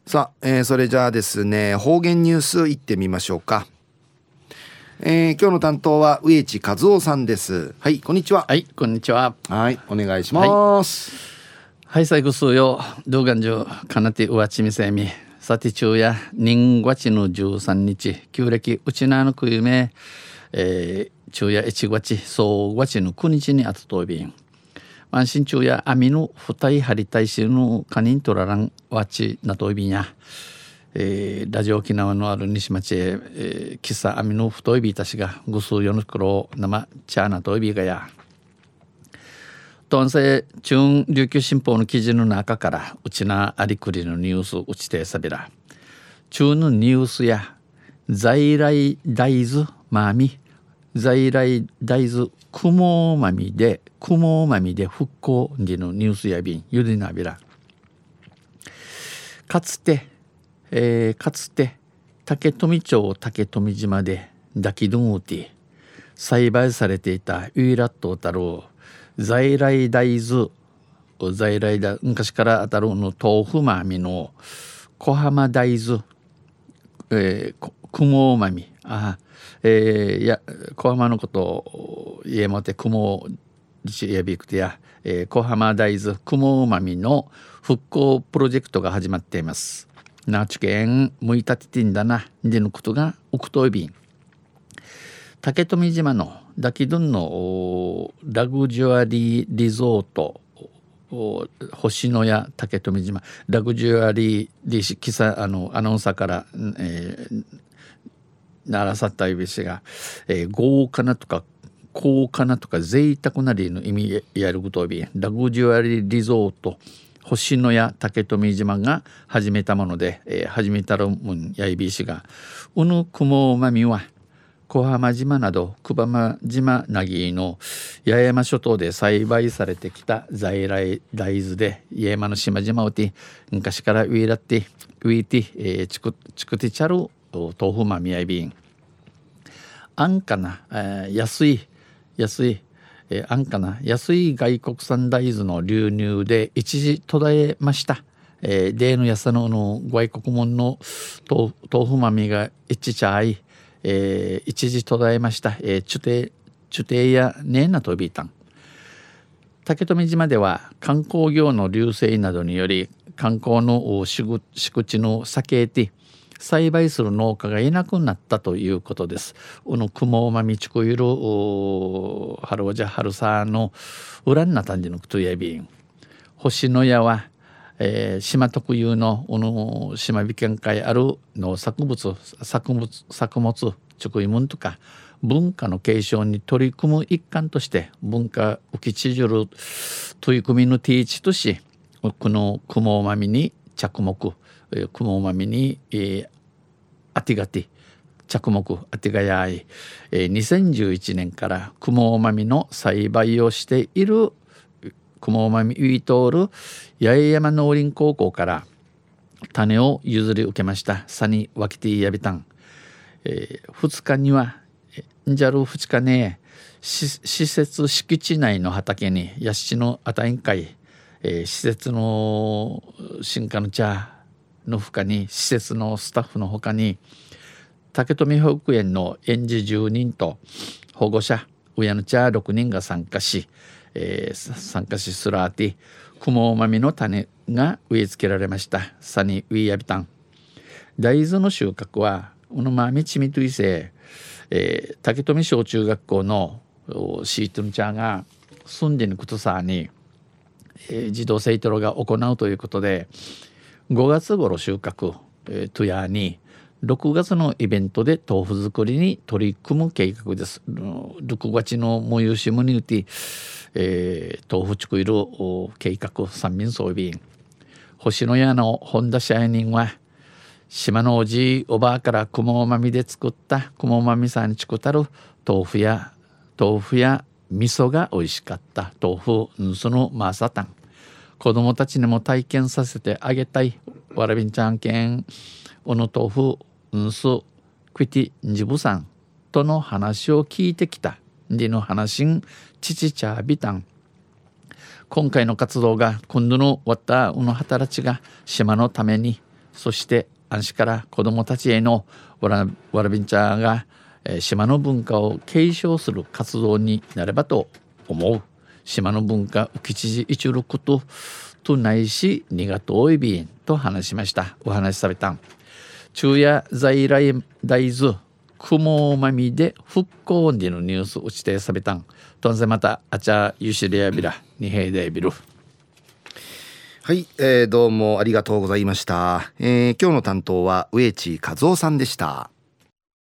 さあ、それじゃあですね、方言ニュースいってみましょうか。今日の担当は植地和夫さんです。はい、こんにちは。 はい、こんにちは。 はい、お願いします。 はい、最後数曜動画上かなてうわちみせみさて中や人月の13日旧暦うちなのくゆめ、中や1月そう月の9日にあたとびん安心中や網の二重張りたいしのカニントラランわちなとびんや、ラジオ沖縄のある西町へ、喫茶網の太いびいたしがぐすうよのくろ生チャーなといびがやとんせ中琉球新報の記事の中からうちなありくりのニュースうちてさびら中のニュースや在来大豆まみ在来大豆雲まみで復興でのニュースやびんゆりなびらかつて竹富町竹富島でダキドゥンウティ栽培されていたユイラットをたる在来大豆昔からあたるの豆腐まみの小浜大豆、雲まみ小浜のことを言えもて雲やびくてや、小浜大豆雲まみの復興プロジェクトが始まっています。なちけんむいたててんだなでのことがうくといびん竹富島のダキドゥンのラグジュアリーリゾート星のや竹富島ラグジュアリーリシキサアナウンサーから、ならさったいびしが、豪華なとか高価なとか贅沢なりの意味やることびラグジュアリーリゾート星のや竹富島が始めたもので、始めたるもんやいびしがうぬくもまみは小浜島など久場間島なぎの八重山諸島で栽培されてきた在来大豆で八重山の島々をて昔からウィーティチクティチャル豆腐まみやいびん安価な、安い安価な安い外国産大豆の流入で一時途絶えました。例の安の外国もんの豆腐まみが一ちゃい、一時途絶えました。チュテやねえなとびたん。竹富島では観光業の隆盛などにより観光の敷地の避けて栽培する農家がいなくなったということです。雲まみちくいる春おじゃ春さの裏になったんじのくとやびん星のやは、島特有の島美見会ある農作物ちくいもんとか文化の継承に取り組む一環として文化浮きちじる取り組みのティーチとしこの雲まみに着目雲まみに、あてがて着目あてがやい、2011年から雲まみの栽培をしている雲まみウィトール八重山農林高校から種を譲り受けましたサニワキティヤビタン、2日にはじゃる2日ね施設敷地内の畑にヤシのあたいん会、施設の進化の茶のほかに施設のスタッフのほかに竹富保育園の園児10人と保護者親の茶6人が参加しすらあて雲まみの種が植え付けられましたサニウィヤビタン大豆の収穫はまみちみといせ、竹富小中学校のシートの茶が住んでることさに、児童生徒が行うということで5月頃収穫、とやに6月のイベントで豆腐作りに取り組む計画です。6月のもゆしむにうて、豆腐作る計画三民総備星の屋の本田社員人は島のおじいおばあから雲まみで作った雲まみさんに作ったる豆腐や味噌が美味しかった豆腐そのマーサタン子供たちにも体験させてあげたいわらびんちゃんけんおの豆腐クイティンジブさんとの話を聞いてきたでの話んちちちゃびたん今回の活動が今度のわった働きが島のためにそして安心から子どもたちへのわらびんちゃが、島の文化を継承する活動になればと思う。島の文化浮き地じいちゅることとないしにがといびんと話しました。お話しされたん昼夜在来大豆雲まみで復興にのニュース打ちてさべたんとんぜまたあちゃゆしりやびらにへいでびる。 はい、どうもありがとうございました。今日の担当は植地和夫さんでした。